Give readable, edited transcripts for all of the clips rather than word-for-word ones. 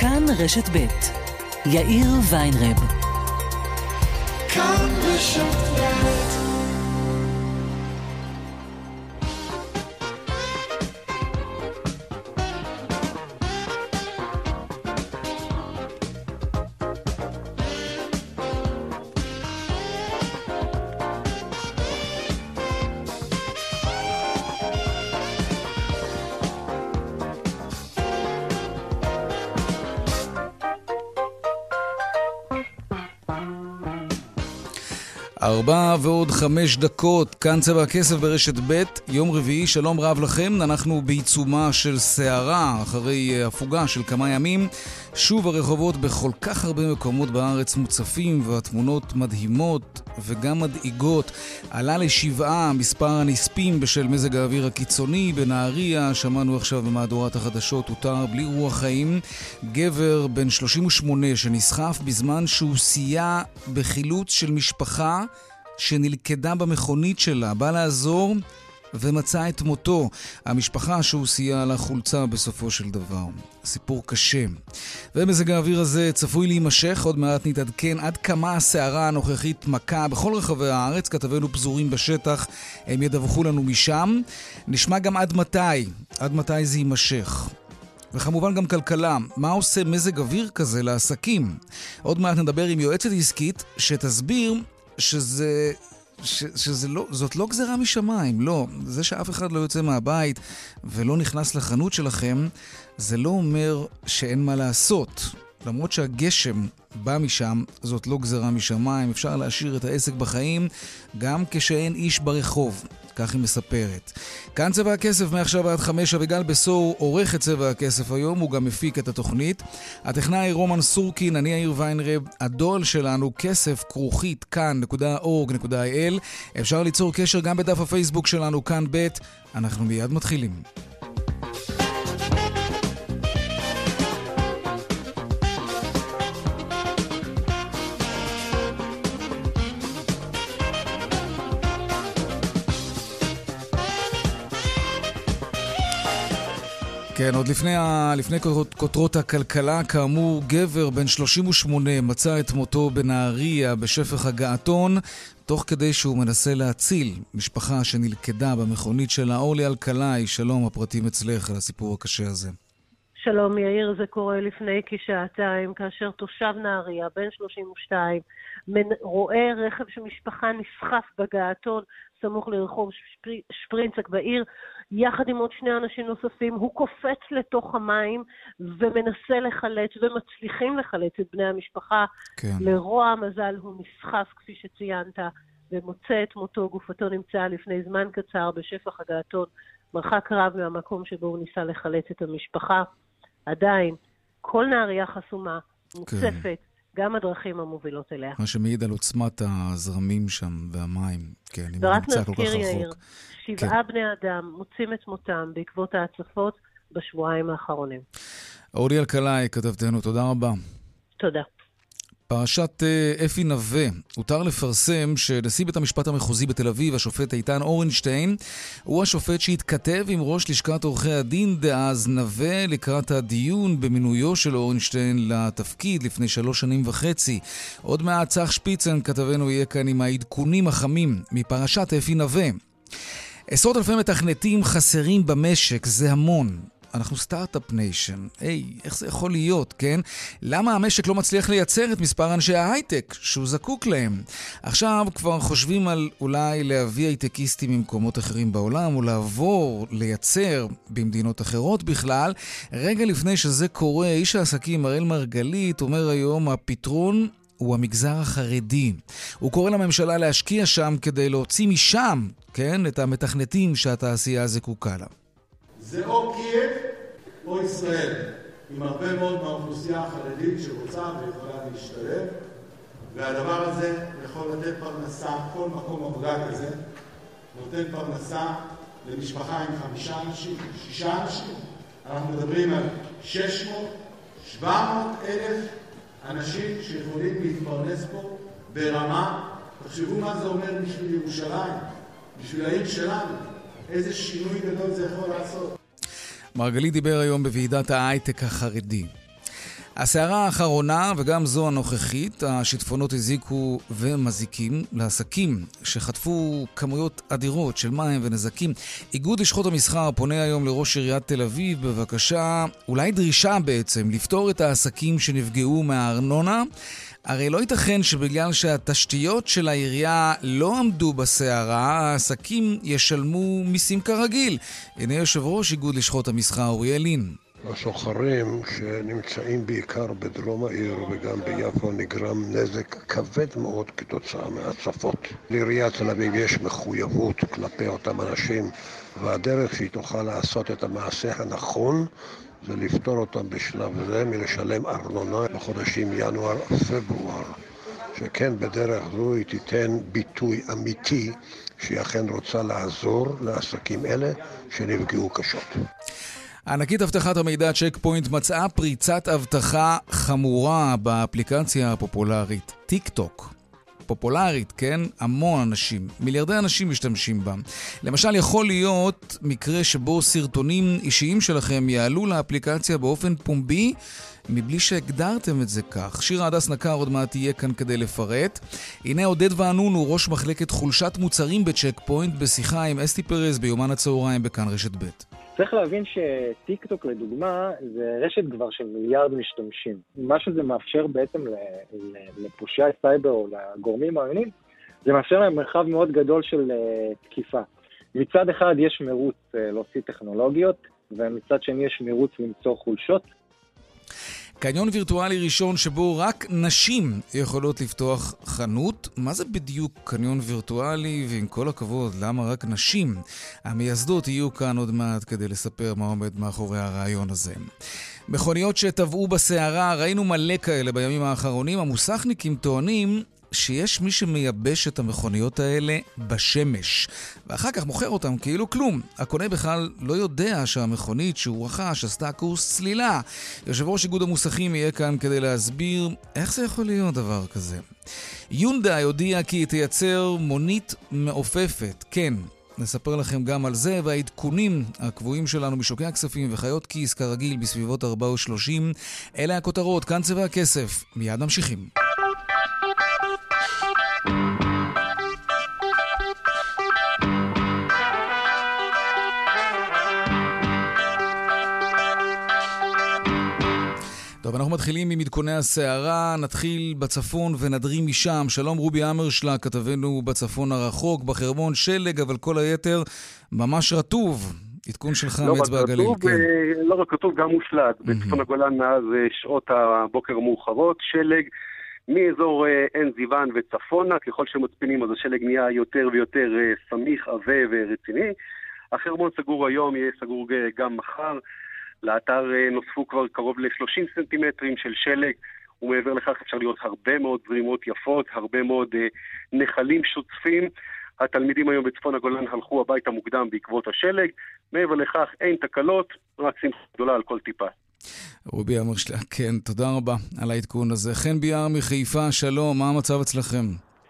כאן רשת ב' יאיר ויינרב. כאן רשת ב'. ארבע ועוד 5 דקות, כאן צבע הכסף ברשת ב', יום רביעי, שלום רב לכם. אנחנו בעיצומה של סערה אחרי הפוגה של כמה ימים. שוב הרחובות בכל כך הרבה מקומות בארץ מוצפים, והתמונות מדהימות וגם מדאיגות. עלה ל7 מספר הנספים בשל מזג האוויר הקיצוני. בנהריה, שמענו עכשיו במהדורת החדשות, הותר בלי רוח חיים גבר בן 38 שנסחף בזמן שהוא סייע בחילוץ של משפחה שנלכדה במכונית שלה. בא לעזור ומצא את מותו. המשפחה שהוא סייע לה חולצה בסופו של דבר. סיפור קשה. ומזג האוויר הזה צפוי להימשך. עוד מעט נתעדכן עד כמה הסערה הנוכחית מכה בכל רחבי הארץ. כתבנו פזורים בשטח, הם ידווחו לנו משם. נשמע גם עד מתי זה יימשך. וכמובן גם כלכלה. מה עושה מזג אוויר כזה לעסקים? עוד מעט נדבר עם יועצת עסקית שתסביר זאת לא גזרה משמיים, לא. זה שאף אחד לא יוצא מהבית ולא נכנס לחנות שלכם, זה לא אומר שאין מה לעשות. למרות שהגשם בא משם, זאת לא גזרה משמיים. אפשר להשאיר את העסק בחיים גם כשאין איש ברחוב. כך היא מספרת. כאן צבע הכסף מעכשיו עד 5. אביגל בסור עורך את צבע הכסף היום, הוא גם מפיק את התוכנית. הטכנאי רומן סורקין, אני יאיר ויינרב. הדואל שלנו כסף@כאן.org.il. אפשר ליצור קשר גם בדף הפייסבוק שלנו כאן ב'. אנחנו מיד מתחילים. כן, עוד לפני כותרות הכלכלה, כאמור, גבר בן 38 מצא את מותו בנהריה בשפך הגעתון, תוך כדי שהוא מנסה להציל משפחה שנלכדה במכונית שלה. אורלי אלקלעי, שלום, הפרטים אצלך על הסיפור הקשה הזה. שלום יאיר, זה קורה לפני כשעתיים, כאשר תושב נהריה, בן 32, רואה רכב שמשפחה נסחף בגעתון, סמוך לרחוב שפרינצק בעיר, יחד עם עוד 2 אנשים נוספים. הוא קופץ לתוך המים ומנסה לחלץ, ומצליחים לחלץ את בני המשפחה. כן. לרוע המזל הוא נסחף, כפי שציינת, ומוצא את מותו. גופתו נמצאה לפני זמן קצר בשפך הגעתון, מרחק רב מהמקום שבו הוא ניסה לחלץ את המשפחה. עדיין, כל נהריה חסומה, מוצפת, כן. גם הדרכים המובילות אליה. מה שמעיד על עוצמת הזרמים שם והמים. כן, ורק נזכיר יאיר, 7 כן. בני אדם מוצאים את מותם בעקבות ההצפות בשבועיים האחרונים. אורלי אלקלעי, כתבתנו, תודה רבה. תודה. פרשת אפי נווה, הותר לפרסם שנשיא בית המשפט המחוזי בתל אביב, השופט איתן אורנשטיין, הוא השופט שהתכתב עם ראש לשכת עורכי הדין דאז נווה לקראת הדיון במינויו של אורנשטיין לתפקיד לפני 3.5 שנים. עוד מעט צח שפיצן, כתבנו, יהיה כאן עם העדכונים החמים מפרשת אפי נווה. 10,000 מתכנתים חסרים במשק, זה המון. אנחנו סטארט-אפ ניישן. איך זה יכול להיות, כן? למה המשק לא מצליח לייצר את מספר אנשי ההייטק שהוא זקוק להם? עכשיו כבר חושבים על אולי להביא הייטקיסטים ממקומות אחרים בעולם, או לעבור, לייצר במדינות אחרות בכלל. רגע לפני שזה קורה, איש העסקים הראל מרגלית אומר היום, הפתרון הוא המגזר החרדי. הוא קורא לממשלה להשקיע שם כדי להוציא משם, כן, את המתכנתים שהתעשייה זקוקה לה. זה או קייב או ישראל, עם הרבה מאוד מהאוכלוסייה החרדית שרוצה ויכולה להשתלב, והדבר הזה יכול לתת פרנסה, כל מקום עבודה כזה נותן פרנסה למשפחה עם 5 אנשים, 6 אנשים. אנחנו מדברים על 600-700 אלף אנשים שיכולים להתפרנס פה ברמה. תחשבו מה זה אומר בשביל ירושלים, בשביל העיר שלנו, איזה שינוי גדול זה יכול לעשות. מרגלית דיבר היום בוועידת ההייטק החרדי. הסערה האחרונה וגם זו הנוכחית, השיטפונות הזיקו ומזיקים לעסקים שחטפו כמויות אדירות של מים ונזקים. איגוד לשכות המסחר פונה היום לראש עיריית תל אביב בבקשה, אולי דרישה בעצם, לפתור את העסקים שנפגעו מהארנונה. הרי לא ייתכן שבגלל שהתשתיות של העירייה לא עמדו בסערה, העסקים ישלמו מיסים כרגיל. הנה יושב ראש איגוד לשכות המסחר אוריאל לין. הסוחרים שנמצאים בעיקר בדרום העיר וגם ביפו נגרם נזק כבד מאוד כתוצאה מהצפות. לעיריית תל אביב יש מחויבות כלפי אותם אנשים, והדרך שהיא תוכל לעשות את המעשה הנכון זה לפתור אותם בשלב זה מלשלם ארנונה בחודשים ינואר-פברואר, שכן בדרך זו היא תיתן ביטוי אמיתי שהיא אכן רוצה לעזור לעסקים אלה שנפגעו קשות. ענקית אבטחת המידע צ'ק פוינט מצאה פריצת אבטחה חמורה באפליקציה הפופולרית טיק טוק. פופולרית, כן? המון אנשים, מיליארדי אנשים משתמשים בה. למשל, יכול להיות מקרה שבו סרטונים אישיים שלכם יעלו לאפליקציה באופן פומבי, מבלי שהגדרתם את זה כך. שירה הדס נקר עוד מעט תהיה כאן כדי לפרט. הנה עודד וענון הוא ראש מחלקת חולשת מוצרים בצ'ק פוינט בשיחה עם אסתי פרז ביומן הצהריים בכאן רשת ב'. צריך להבין שטיק טוק לדוגמה זה רשת כבר של מיליארד משתמשים. מה שזה מאפשר בעצם לפושעי סייבר או לגורמים העוינים, זה מאפשר להם מרחב מאוד גדול של תקיפה. מצד אחד יש מרוץ להוציא טכנולוגיות, ומצד שני יש מרוץ למצוא חולשות. קניון וירטואלי ראשון שבו רק נשים יכולות לפתוח חנות. מה זה בדיוק קניון וירטואלי, ועם כל הכבוד, למה רק נשים? המייסדות יהיו כאן עוד מעט כדי לספר מה עומד מאחורי הרעיון הזה. מכוניות שטבעו בסערה, ראינו מלא כאלה בימים האחרונים. המוסכניקים טוענים שיש מי שמייבש את המכוניות האלה בשמש, ואחר כך מוכר אותם כאילו כלום. הקונה בכלל לא יודע שהמכונית שהוא רכש עשתה קורס צלילה. יושב ראש איגוד המוסכים יהיה כאן כדי להסביר איך זה יכול להיות דבר כזה. יונדאי הודיעה כי היא תייצר מונית מעופפת. כן, נספר לכם גם על זה, והעדכונים הקבועים שלנו משוקי הכספים וחיות כיס כרגיל בסביבות 4:30. אלה הכותרות, כאן צבע הכסף. מיד ממשיכים. טוב, אנחנו מתחילים עם עדכוני הסערה, נתחיל בצפון ונדרים משם. שלום רובי אמרשלג, כתבנו בצפון הרחוק, בחרמון שלג, אבל כל היתר ממש רטוב. עדכון שלך מאצבע הגליל. לא רק רטוב, גם מושלג. בצפון הגולן מאז שעות הבוקר המאוחרות, שלג מאזור עין זיוון וצפונה, ככל שמצפינים אז השלג נהיה יותר ויותר סמיך, עבה ורציני. החרמון סגור היום, יהיה סגור גם מחר. לאתר נוספו כבר קרוב ל-30 סנטימטרים של שלג, ומעבר לכך אפשר לראות הרבה מאוד זרימות יפות, הרבה מאוד נחלים שוצפים. התלמידים היום בצפון הגולן הלכו הביתה מוקדם בעקבות השלג. מעבר לכך אין תקלות, רק שמחה גדולה על כל טיפה. רובי אמרשלג, כן, תודה רבה על העדכון הזה. חן ביאר מחיפה, שלום, מה המצב אצלכם?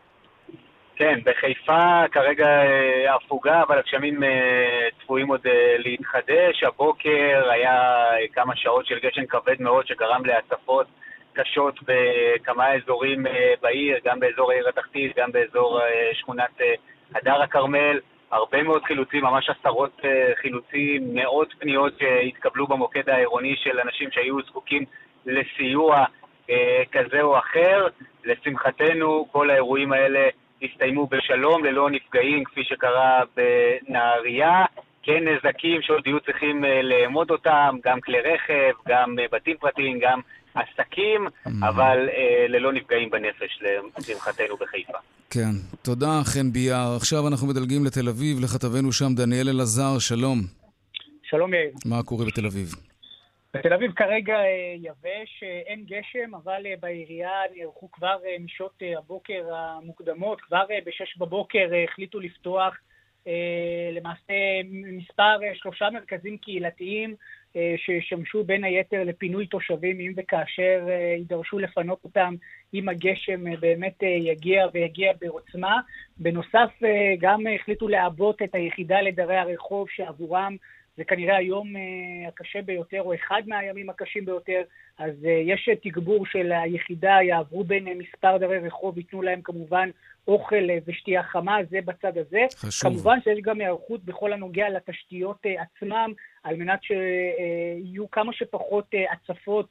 כן, בחיפה כרגע הפוגה, אבל הגשמים צפויים עוד להתחדש. הבוקר היה כמה שעות של גשם כבד מאוד שגרם להצפות קשות בכמה אזורים בעיר, גם באזור העיר התחתית, גם באזור שכונת הדר הכרמל. הרבה מאוד חילוצים, ממש עשרות חילוצים, מאות פניות שהתקבלו במוקד העירוני של אנשים שהיו זקוקים לסיוע כזה או אחר. לשמחתנו כל האירועים האלה הסתיימו בשלום, ללא נפגעים כפי שקרה בנהריה. כן נזקים שעוד יהיו צריכים לאמוד אותם, גם כלי רכב, גם בתים פרטיים, גם עסקים, אבל ללא נפגעים בנפש, לשמחתנו בחיפה. כן, תודה חן ביאר. עכשיו אנחנו מדלגים לתל אביב, לכתבנו שם דניאל אלעזר, שלום. שלום יאיר. מה קורה בתל אביב? בתל אביב כרגע יבש, אין גשם, אבל בעירייה נערכו כבר משעות הבוקר המוקדמות, כבר ב-6 בבוקר החליטו לפתוח למעשה מספר 3 מרכזים קהילתיים ששמשו בין היתר לפינוי תושבים אם וכאשר יידרשו לפנות אותם אם הגשם באמת יגיע ויגיע בעוצמה. בנוסף גם החליטו לעבות את היחידה לדרי הרחוב שעבורם זה כנראה היום הקשה ביותר, או אחד מהימים הקשים ביותר, אז יש תגבור של היחידה, יעברו בין מספר דרי רחוב, ייתנו להם כמובן אוכל ושתייה חמה, זה בצד הזה. חשוב. כמובן שיש גם היערכות בכל הנוגע לתשתיות עצמם, על מנת שיהיו כמה שפחות הצפות,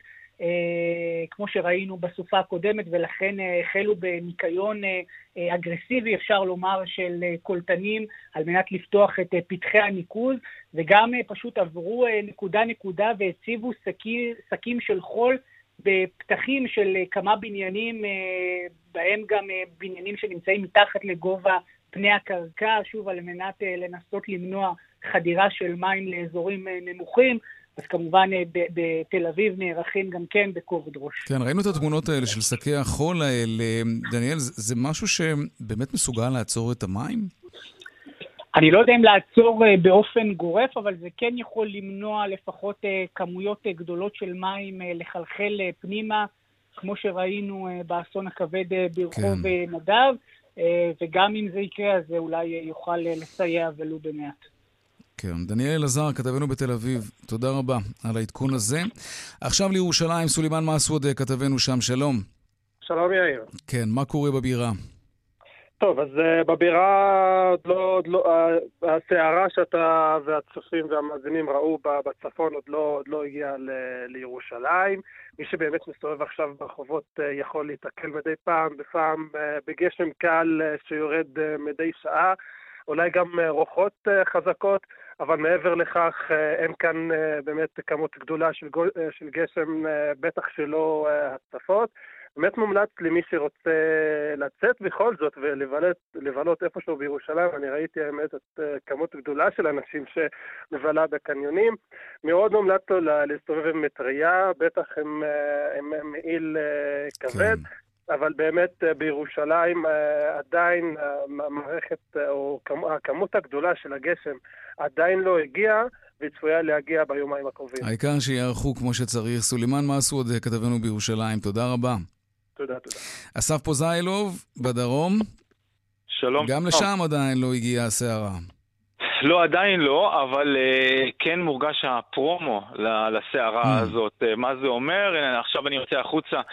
כמו שראינו בסופה הקודמת, ולכן החלו בניקיון אגרסיבי, אפשר לומר, של קולטנים, על מנת לפתוח את פתחי הניקוז, וגם פשוט עברו נקודה והציבו שקים של חול בפתחים של כמה בניינים, בהם גם בניינים שנמצאים מתחת לגובה פני הקרקע, שוב על מנת לנסות למנוע חדירה של מים לאזורים נמוכים. אז כמובן בתל אביב נערכים גם כן בכובד ראש. כן, ראינו את התמונות האלה של שקי החול האלה. דניאל, זה משהו שבאמת מסוגל לעצור את המים? אני לא יודע אם לעצור באופן גורף, אבל זה כן יכול למנוע לפחות כמויות גדולות של מים לחלחל פנימה, כמו שראינו באסון הכבד ברחוב נדב, וגם אם זה יקרה, אז זה אולי יוכל לסייע ולו במעט. כן, דניאל אלעזר, כתבנו בתל אביב, תודה רבה על העדכון הזה. עכשיו לירושלים, סולימאן מסעוד, כתבנו שם, שלום. שלום יאיר. כן, מה קורה בבירה? טוב, אז בבירה עוד לא, הסערה שאתה והצופים והמאזינים ראו בצפון עוד לא הגיעה לירושלים. מי שבאמת מסתובב עכשיו ברחובות יכול להתקל מדי פעם בגשם קל שיורד מדי שעה, אולי גם רוחות חזקות, אבל מעבר לכך אין כאן באמת כמות גדולה של גשם, בטח שלא הצפות. באמת מומלץ למי שרוצה לצאת בכל זאת ולבלות איפשהו בירושלים. אני ראיתי האמת את כמות גדולה של אנשים שמבלה בקניונים. מאוד מומלץ לו להסתובב עם מטריה, בטח עם מעיל כבד. כן. אבל באמת בירושלים עדיין המערכת או הכמות הגדולה של הגשם עדיין לא הגיעה, והיא צפויה להגיע ביומיים הקרובים. העיקר שיערכו כמו שצריך. סולימאן מסעוד, כתבנו בירושלים, תודה רבה. תודה. אסף פוזיילוב, בדרום. שלום. גם לשם עדיין לא הגיעה הסערה. לא, עדיין לא, אבל כן מורגש הפרומו לסערה הזאת. מה זה אומר? עכשיו אני יוצא החוצה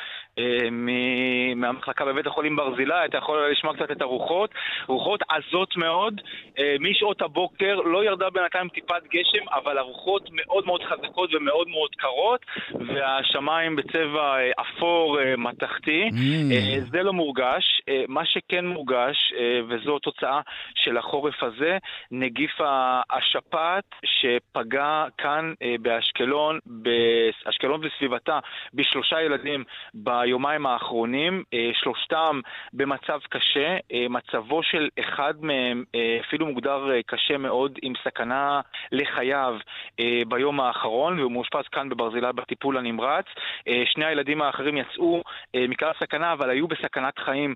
מהמחלקה בבית החולים ברזילי, אתה יכול לשמוע קצת את הרוחות. רוחות עזות מאוד. משעות הבוקר לא ירדה בינתיים טיפת גשם, אבל הרוחות מאוד מאוד חזקות ומאוד מאוד קרות, והשמיים בצבע אפור מתחתי. זה לא מורגש. מה שכן מורגש, וזו תוצאה של החורף הזה, נגיף השפעת שפגע כאן באשקלון, וסביבתה, בשלושה ילדים ביומיים האחרונים, שלושתם במצב קשה. מצבו של אחד מהם אפילו מוגדר קשה מאוד, עם סכנה לחייו ביום האחרון, והוא מאושפז כאן בברזילי בטיפול הנמרץ. שני הילדים האחרים יצאו מכלל סכנה, אבל היו בסכנת חיים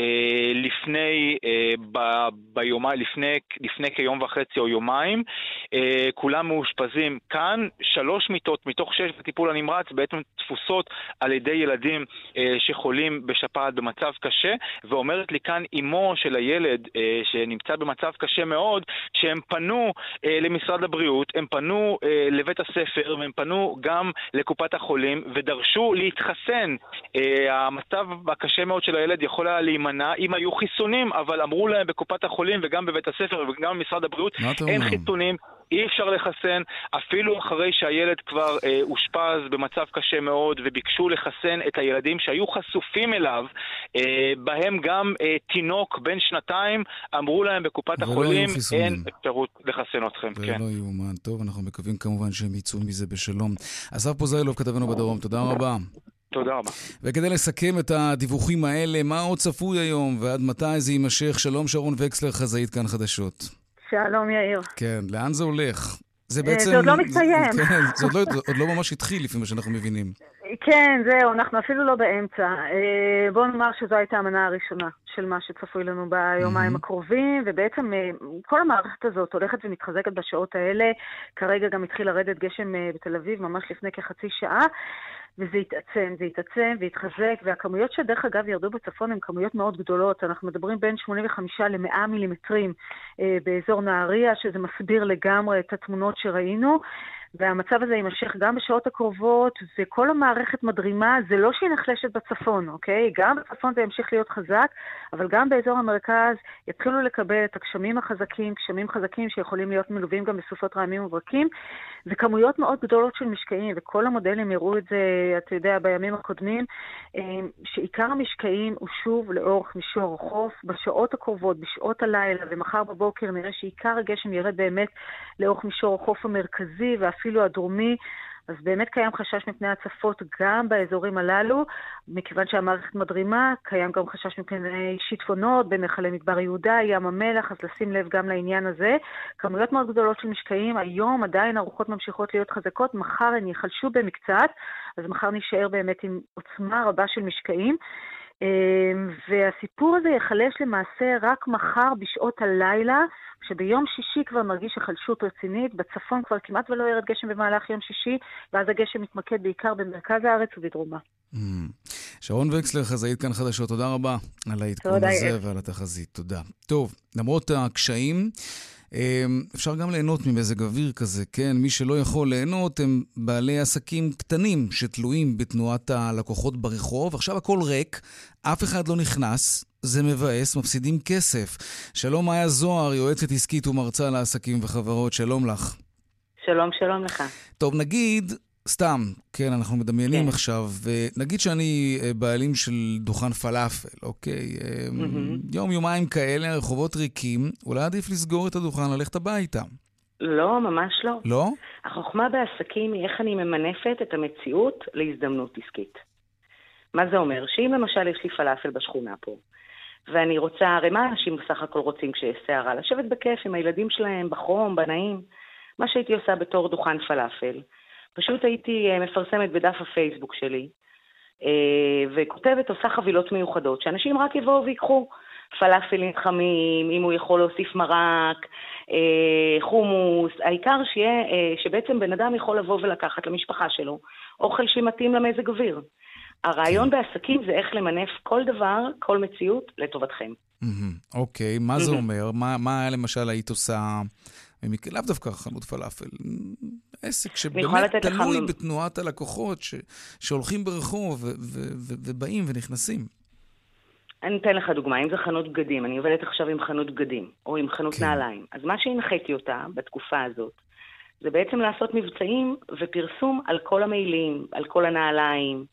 לפני כיום וחצי או יומיים. כולם מאושפזים כאן. 3 מיטות מתוך 6 בטיפול הנמרץ בעצם תפוסות על ידי ילדים שחולים בשפעת במצב קשה, ואומרת לי כאן אמו של הילד שנמצא במצב קשה מאוד, שהם פנו למשרד הבריאות, הם פנו לבית הספר, והם פנו גם לקופת החולים ודרשו להתחסן. המצב הקשה מאוד של הילד יכול היה להימנע אם היו חיסונים, אבל אמרו להם בקופת החולים וגם בבית הספר וגם במשרד הבריאות, אין חיסונים, אי אפשר לחסן, אפילו אחרי שהילד כבר אושפז במצב קשה מאוד, וביקשו לחסן את הילדים שהיו חשופים אליו, בהם גם תינוק בן 2, אמרו להם בקופת החולים, אין אפשרות לחסן אתכם. זה לא יאומן. טוב, אנחנו מקווים כמובן שהם יצאו מזה בשלום. אסף פוזיילוב, כתבנו בדרום, תודה רבה. תודה רבה. וכדי לסכם את הדיווחים האלה, מה עוד צפוי היום ועד מתי זה יימשך? שלום, שרון וקסלר, חזאית כאן חדשות. שלום יאיר. כן, לאן זה הולך? זה בעצם... זה עוד לא מסתיים. כן, זה עוד לא ממש התחיל לפי מה שאנחנו מבינים. כן, זהו, אנחנו אפילו לא באמצע. בואו נאמר שזו הייתה המנה הראשונה של מה שצפוי לנו ביומיים הקרובים, ובעצם כל המערכת הזאת הולכת ומתחזקת בשעות האלה. כרגע גם התחיל לרדת גשם בתל אביב ממש לפני כחצי שעה. וזה יתעצם ויתחזק, והכמויות שדרך אגב ירדו בצפון הן כמויות מאוד גדולות, אנחנו מדברים בין 85 ל-100 מילימטרים באזור נהריה, שזה מסביר לגמרי את התמונות שראינו, והמצב הזה יימשך גם בשעות הקרובות, וכל המערכת מדרימה, זה לא שהיא נחלשת בצפון, אוקיי? גם בצפון זה ימשיך להיות חזק, אבל גם באזור המרכז יתחילו לקבל את הגשמים החזקים, גשמים חזקים שיכולים להיות מלווים גם בסופות רעמים וברקים, וכמויות מאוד גדולות של משקעים, וכל המודלים יראו את זה, אתה יודע, בימים הקודמים, שעיקר המשקעים הוא שוב לאורך מישור החוף, בשעות הקרובות, בשעות הלילה, ומחר בבוקר נראה שעיקר הגשם ירד באמת לאורך מישור החוף המרכזי, ואפילו הדרומי, אז באמת קיים חשש מפני הצפות גם באזורים הללו, מכיוון שהמערכת מדרימה, קיים גם חשש מפני שיטפונות בנחלי מדבר יהודה, ים המלח, אז לשים לב גם לעניין הזה. כמויות מאוד גדולות של משקעים, היום עדיין הרוחות ממשיכות להיות חזקות, מחר הן יחלשו במקצת, אז מחר נשאר באמת עם עוצמה רבה של משקעים, והסיפור הזה יחלש למעשה רק מחר בשעות הלילה, שביום שישי כבר מרגיש החלשות רצינית, בצפון כבר כמעט ולא ירד גשם במהלך יום שישי, ואז הגשם מתמקד בעיקר במרכז הארץ ובדרומה. שרון וקסלר, חזאית כאן חדשות, תודה רבה על העדכון הזה ועל התחזית, תודה. טוב, למרות הקשיים, אפשר גם ליהנות ממזג אוויר כזה, כן? מי שלא יכול ליהנות הם בעלי עסקים קטנים שתלויים בתנועת הלקוחות ברחוב. עכשיו הכל ריק, אף אחד לא נכנס, זה מבאס, מפסידים כסף. שלום מאיה זוהר, יועצת עסקית ומרצה לעסקים וחברות, שלום לך. שלום, שלום לך. טוב, נגיד, סתם, כן, אנחנו מדמיינים עכשיו, נגיד שאני בעלים של דוכן פלאפל, אוקיי? יומיים כאלה, רחובות ריקים, אולי עדיף לסגור את הדוכן, ללכת הביתה. לא, ממש לא. לא? החוכמה בעסקים היא איך אני ממנפת את המציאות להזדמנות עסקית. מה זה אומר? שאם למשל יש לי פלאפל בשכונה פה, ואני רוצה, הרי מה אנשים בסך הכל רוצים כשיש שערה? לשבת בכיף עם הילדים שלהם, בחום, בנעים. מה שהייתי עושה בתור דוכן פלאפל, פשוט הייתי מפרסמת בדף הפייסבוק שלי, וכותבת, עושה חבילות מיוחדות, שאנשים רק יבואו ויקחו פלאפלים חמים, אם הוא יכול להוסיף מרק, חומוס, העיקר שבעצם בן אדם יכול לבוא ולקחת למשפחה שלו, אוכל שמתאים למזג אוויר. הרעיון בעסקים זה איך למנף כל דבר, כל מציאות, לטובתכם. אוקיי, מה זה אומר? מה למשל היית עושה, לאו דווקא חנות פלאפל, עסק שבאמת תלוי בתנועת הלקוחות שהולכים ברחוב ובאים ונכנסים. אני אתן לך דוגמה, אם זה חנות בגדים, אני עובדת עכשיו עם חנות בגדים, או עם חנות נעליים, אז מה שהנחיתי אותה בתקופה הזאת, זה בעצם לעשות מבצעים ופרסום על כל המיילים, על כל הנעליים,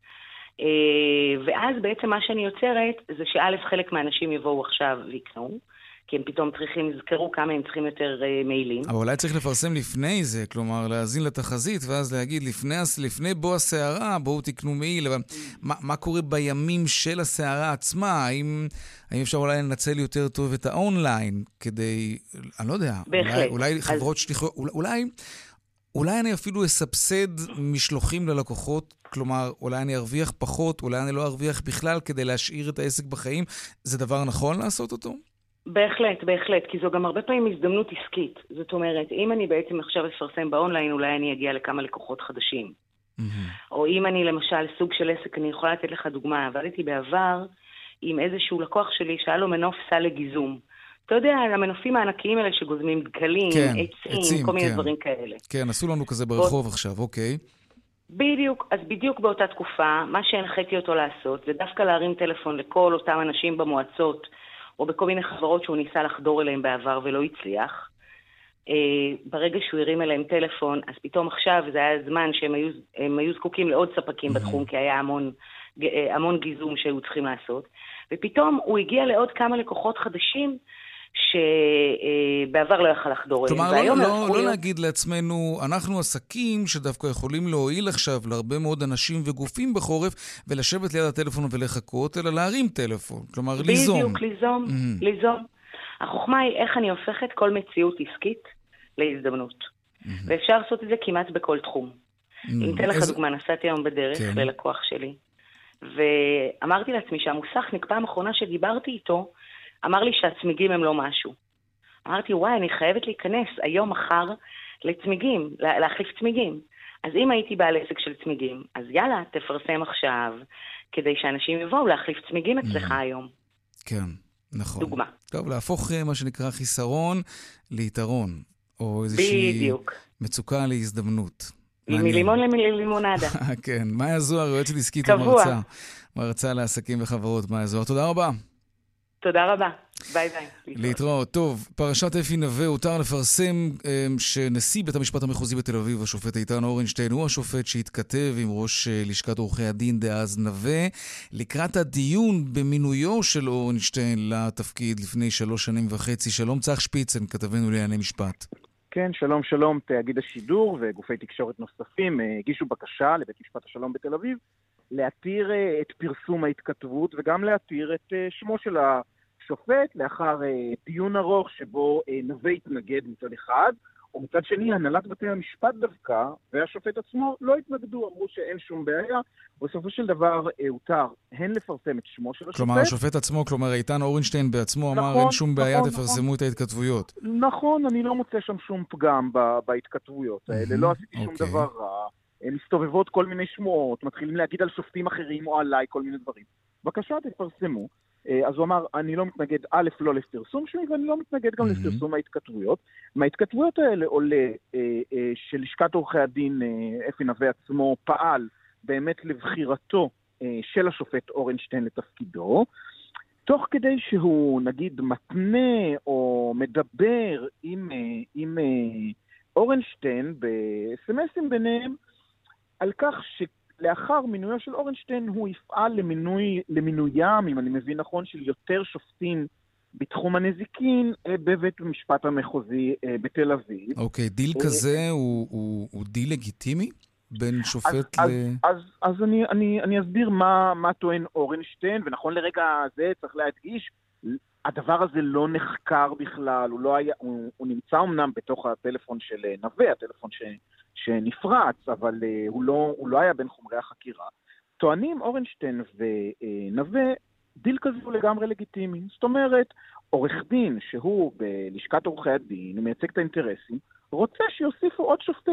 ואז בעצם מה שאני יוצרת זה שא' חלק מהאנשים יבואו עכשיו ויקנו, כי הם פתאום צריכים, יזכרו כמה הם צריכים יותר מיילים. אבל אולי צריך לפרסם לפני זה, כלומר להזין לתחזית ואז להגיד לפני בוא הסערה, בואו תקנו מייל, אבל מה קורה בימים של הסערה עצמה? האם אפשר אולי לנצל יותר טוב את האונליין כדי, אני לא יודע, אולי חברות שליחויות, אולי אני אפילו אסבסד משלוחים ללקוחות, כלומר, אולי אני ארוויח פחות, אולי אני לא ארוויח בכלל כדי להשאיר את העסק בחיים. זה דבר נכון לעשות אותו? בהחלט, בהחלט, כי זו גם הרבה פעמים הזדמנות עסקית. זאת אומרת, אם אני בעצם עכשיו אפרסם באונליין, אולי אני אגיע לכמה לקוחות חדשים. או אם אני למשל סוג של עסק, אני יכולה לתת לך דוגמה, עבדתי בעבר עם איזשהו לקוח שלי שהיה לו מנוף סל לגיזום. אתה יודע, המנופים הענקיים האלה שגוזמים דקלים, עצים, כל מיני דברים כאלה. כן, עשו לנו כזה ברחוב עכשיו, אוקיי. בדיוק, אז בדיוק באותה תקופה, מה שהנחיתי אותו לעשות, זה דווקא להרים טלפון לכל אותם אנשים במועצות, או בכל מיני חברות שהוא ניסה לחדור אליהם בעבר ולא הצליח. ברגע שהוא הרים אליהם טלפון, אז פתאום עכשיו זה היה זמן שהם היו זקוקים לעוד ספקים בתחום, כי היה המון גיזום שהיו צריכים לעשות. ופתאום הוא הגיע לעוד כמה לקוחות חדשים, שבעבר לא יכל לחדור אליהם. כלומר, לא להגיד לעצמנו, אנחנו עסקים שדווקא יכולים להועיל עכשיו להרבה מאוד אנשים וגופים בחורף, ולשבת ליד הטלפון ולחכות, אלא להרים טלפון. כלומר, ליזום. בדיוק, ליזום. החוכמה היא איך אני הופכת כל מציאות עסקית להזדמנות. ואפשר לעשות את זה כמעט בכל תחום. אם אתן לך דוגמה, נסעתי היום בדרך ללקוח שלי, ואמרתי לעצמי שהמוסכניק פעם האחרונה שדיברתי איתו, אמר לי שהצמיגים הם לא משהו. אמרתי, וואי, אני חייבת להיכנס היום מחר לצמיגים, להחליף צמיגים. אז אם הייתי בעל עסק של צמיגים, אז יאללה, תפרסם עכשיו, כדי שאנשים יבואו להחליף צמיגים אצלך היום. כן, נכון. דוגמה. טוב, להפוך מה שנקרא חיסרון ליתרון, או איזושהי בדיוק. מצוקה להזדמנות. מלימון ללימונדה. כן, מאיה זוהר, יועצת עסקית קבוע. מרצה לעסקים וחברות. מאיה זוהר, תודה רבה. תודה רבה. ביי ביי. להתראות. טוב, פרשת אפי נווה, הותר לפרסם שנשיא בית המשפט המחוזי בתל אביב, השופט איתן אורנשטיין, הוא השופט שהתכתב עם ראש לשכת עורכי הדין דאז נווה, לקראת הדיון במינויו של אורנשטיין לתפקיד לפני 3.5 שנים. שלום צח שפיצן, כתבנו לענייני משפט. כן, שלום שלום, תאגיד השידור וגופי תקשורת נוספים הגישו בקשה לבית משפט השלום בתל אביב להתיר את פרסום ההתכתבות וגם להתיר את שמו של השופט לאחר דיון ארוך שבו נווה התנגד מצד אחד, ומצד שני הנהלת בתי המשפט דווקא והשופט עצמו לא התנגדו, אמרו שאין שום בעיה, ובסופו של דבר הותר הן לפרסם את שמו של השופט. כלומר השופט עצמו, כלומר איתן אורנשטיין בעצמו אמר אין שום בעיה, תפרסמו את ההתכתבויות. נכון, אני לא מוצא שם שום פגם בהתכתבויות האלה, לא עשיתי שום דבר רע. מסתובבות כל מיני שמועות, מתחילים להגיד על שופטים אחרים או עליי כל מיני דברים. בבקשה, תפרסמו. אז הוא אמר, אני לא מתנגד א' לא לפרסום שלי, ואני לא מתנגד גם לפרסום ההתכתבויות. מההתכתבויות האלה עולה שלשכת עורכי הדין אפי נווה עצמו פעל באמת לבחירתו של השופט אורנשטיין לתפקידו, תוך כדי שהוא נגיד מתנה או מדבר עם אורנשטיין בסמסים ביניהם, על כך שלאחר מינויו של אורנשטיין הוא יפעל למינוים, אם אני מבין נכון, של יותר שופטים בתחום הנזיקין בבית המשפט המחוזי בתל אביב. אוקיי, דיל כזה הוא דיל לגיטימי בין שופט אז אני אסביר מה טוען אורנשטיין, ונכון לרגע זה צריך להדגיש, הדבר הזה לא נחקר בכלל, הוא נמצא אמנם בתוך הטלפון של נווה, הטלפון שנפרץ, אבל הוא לא היה בין חומרי החקירה. טוענים אורנשטיין ונווה, דיל כזה הוא לגמרי לגיטימי. זאת אומרת, עורך דין שהוא בלשכת עורכי הדין, מייצג את האינטרסים, רוצה שיוסיפו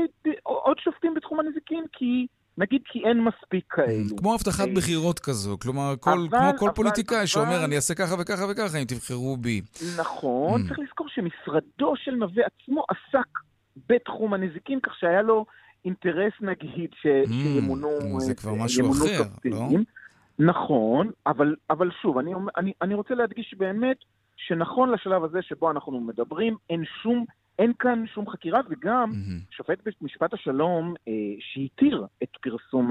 עוד שופטים בתחום הנזיקין, נגיד כי אין מספיק כאלו. כמו הבטחת בחירות כזו, כלומר, כמו כל פוליטיקאי שאומר, אני אעשה ככה וככה וככה, אם תבחרו בי. נכון, צריך לזכור שמשרדו של נווה עצמו עסק בתחום הנזיקין, כך שהיה לו אינטרס נגיד שימונו זה כבר משהו אחר, לא? נכון, אבל שוב, אני רוצה להדגיש באמת שנכון לשלב הזה שבו אנחנו מדברים, אין כאן שום חקירה, וגם שופט בית משפט השלום שהתיר את פרסום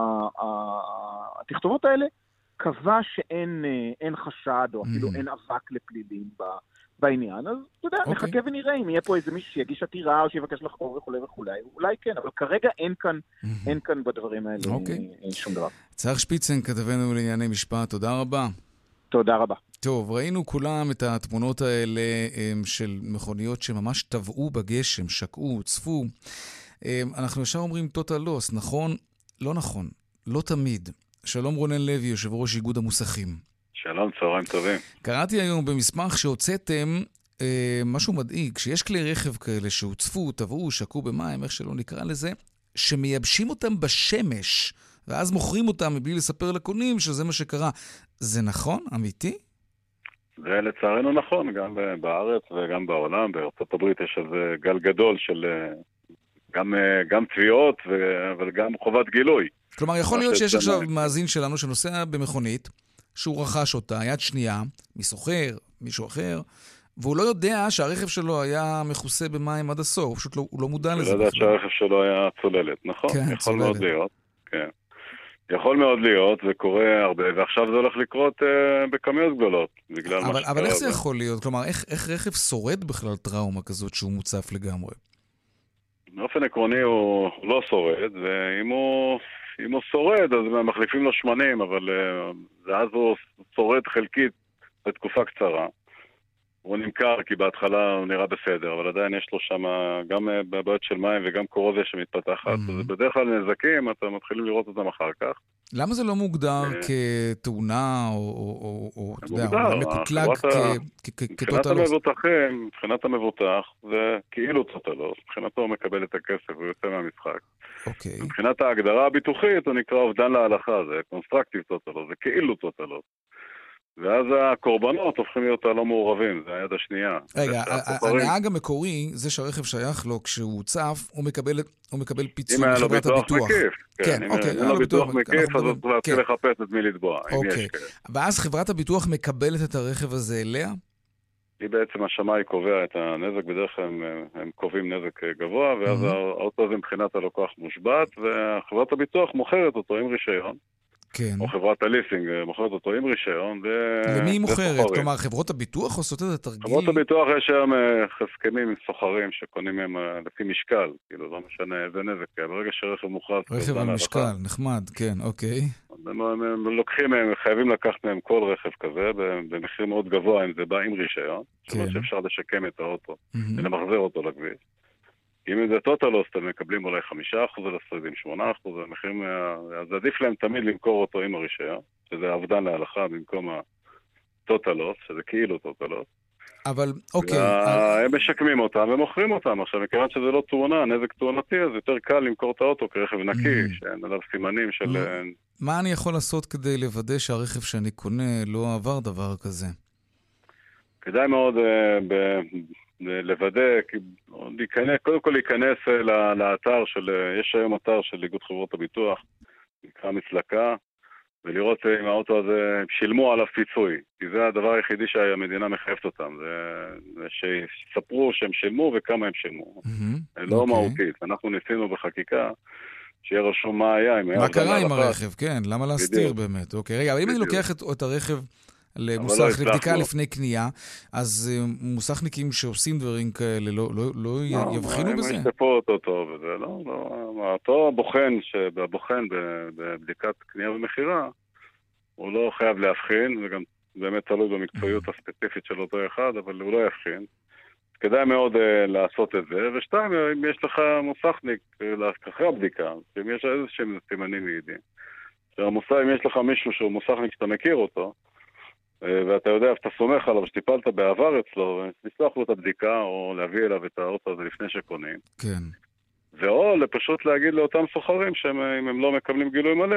התכתובות האלה, קבע שאין חשד או אפילו אין אבק לפלילים בעניין. אז אתה יודע, נחכה ונראה אם יהיה פה איזה מישהו שיגיש עתירה או שיבקש לחקור וכו'. אולי כן, אבל כרגע אין כאן בדברים האלה שום דבר. צח שפיצן, כתבנו לענייני משפט, תודה רבה. תודה רבה. טוב, ראינו כולם את התמונות האלה של מכוניות שממש טבעו בגשם, שקעו, צפו. אנחנו ישר אומרים total loss, נכון? לא נכון, לא תמיד. שלום רונן לוי, יושב ראש איגוד המוסכים. שלום, צהריים טובים. קראתי היום במסמך שהוצאתם משהו מדאיג, שיש כלי רכב כאלה שהוצפו, טבעו, שקעו במים, איך שלא נקרא לזה, שמייבשים אותם בשמש, ואז מוכרים אותם מבלי לספר לקונים שזה מה שקרה. זה נכון? אמיתי? זה לצערנו נכון, גם בארץ וגם בעולם. בארצות הברית יש איזה גל גדול של גם תביעות, אבל גם חובת גילוי. כלומר, יכול להיות שיש עכשיו מאזין שלנו שנוסע במכונית, שהוא רכש אותה, יד שנייה, מסוחר, מישהו אחר, והוא לא יודע שהרכב שלו היה מכוסה במים עד הסוף, הוא פשוט לא מודע לזה. הוא לא יודע שהרכב שלו היה צוללת, נכון? כן, יכול מאוד להיות, כן. יכול מאוד להיות, זה קורה הרבה, ועכשיו זה הולך לקרות בכמויות גדולות, בגלל מה שקרה. אבל איך זה יכול להיות? כלומר, איך רכב שורד בכלל טראומה כזאת שהוא מוצף לגמרי? באופן עקרוני הוא לא שורד, ואם הוא שורד, אז מחליפים לו שמנים, אבל אז הוא שורד חלקית בתקופה קצרה. הוא נמכר, כי בהתחלה הוא נראה בסדר, אבל עדיין יש לו שם גם בעיות של מים וגם קורוזיה שמתפתחת. אז בדרך כלל נזקים, אתה מתחילים לראות אותם אחר כך. למה זה לא מוגדר כתאונה או מקוטלג כטוטלוס? מבחינת המבוטח זה כאילו טוטלוס, מבחינתו הוא מקבל את הכסף ויוצא מהמשחק. מבחינת ההגדרה הביטוחית הוא נקרא אובדן להלכה, זה קונסטרקטיב טוטלוס, זה כאילו טוטלוס. ואז הקורבנות הופכים להיות הלא מעורבים, זה היד השנייה. רגע, הנהג המקורי, זה שהרכב שייך לו, כשהוא צף, הוא מקבל פיצוי מחברת הביטוח. אם היה לו ביטוח מקיף, אז הוא להתחיל לחפש את מי לתבוע. ואז חברת הביטוח מקבלת את הרכב הזה אליה? היא בעצם השמאי קובע את הנזק, בדרך כלל הם קובעים נזק גבוה, ואז האוטו הזה מבחינת הלקוח מושבת, וחברת הביטוח מוכרת אותו עם רישיון. כן. או חברת הליסינג מוכרת אותו עם רישיון. למי היא מוכרת? כלומר, חברות הביטוח עושות את התרגיל? חברות הביטוח יש היום הסכמים עם סוחרים שקונים הם לפי משקל, כאילו לא משנה איזה נזק, ברגע שרכב מוכרז... רכב על משקל, נחמד, כן, אוקיי. הם לוקחים, הם חייבים לקחת מהם כל רכב כזה, במחיר מאוד גבוה אם זה בא עם רישיון, שאפשר לשקם את האוטו ולמחזר אותו לכביש. אם זה טוטלוס, אתם מקבלים אולי 5% על השרידים, 8%, אז עדיף להם תמיד למכור אותו עם הרישיון, שזה אובדן להלכה במקום הטוטלוס, שזה כאילו טוטלוס. אבל, אוקיי. הם משקמים אותם ומוכרים אותם. עכשיו, מכיוון שזה לא תאונה, נזק תאונתי, אז יותר קל למכור את האוטו כרכב נקי, שאין עליו סימנים של... מה אני יכול לעשות כדי לוודא שהרכב שאני קונה לא עבר דבר כזה? כדאי מאוד לוודא, קודם כל להיכנס לאתר יש היום אתר של איגוד חברות הביטוח, נקרא מסלקה, ולראות אם האוטו הזה שילמו עליו פיצוי, כי זה הדבר היחידי שהמדינה מחייבת אותם, זה שיספרו שהם שילמו וכמה הם שילמו. לא מהותית, אנחנו ניסינו בחקיקה שיהיה רשום מה היה. מה קרה עם הרכב, כן, למה להסתיר באמת? אוקיי, רגע, אבל אם אני לוקח את הרכב למוסך לבדיקה לפני קנייה, אז מוסכניקים שעושים דברים כאלה לא יבחינו בזה? הם ישתפו אותו טוב, וזה לא, אותו בוחן בבדיקת קנייה ומחירה, הוא לא חייב להבחין, וגם באמת תלוי במקצועיות הספציפית של אותו אחד, אבל הוא לא יבחין. כדאי מאוד לעשות את זה, ושתיים, אם יש לך מוסכניק אחרי הבדיקה, אם יש איזשהם סימנים מעידים, אם יש לך מישהו שהוא מוסכניק שאתה מכיר אותו, ואתה יודע, אתה סומך עליו שטיפלת בעבר אצלו, לסלוח לו את הבדיקה, או להביא אליו את האוטו הזה לפני שקונים. כן. ואו פשוט להגיד לאותם סוחרים, שאם הם לא מקבלים גילוי מלא,